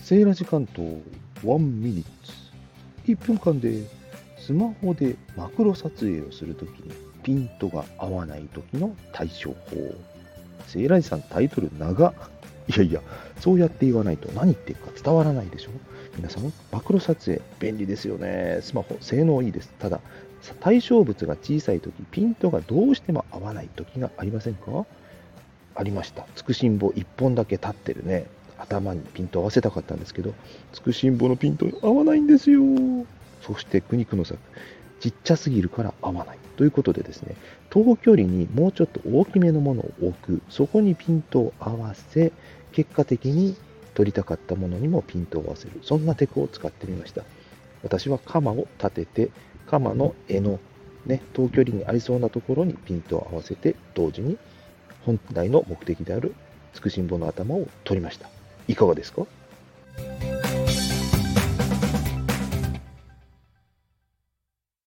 セーラ時間と1ミニッツ。1分間でスマホでマクロ撮影をするときにピントが合わないときの対処法。セーラジさんタイトル長っ。いやいや、そうやって言わないと何言ってるか伝わらないでしょ。皆さん、マクロ撮影便利ですよね。スマホ性能いいです。ただ、対象物が小さいとき、ピントがどうしても合わないときがありませんか？ありました。つくしんぼ1本だけ立ってるね。頭にピント合わせたかったんですけど、つくしんぼのピント合わないんですよ。そして苦肉の策。ちっちゃすぎるから合わない。ということでですね、等距離にもうちょっと大きめのものを置く。そこにピントを合わせ、結果的に撮りたかったものにもピントを合わせる。そんなテクを使ってみました。私は鎌を立てて、鎌の柄の、等距離にありそうなところにピントを合わせて、同時に本来の目的であるつくしんぼの頭を取りました。いかがですか？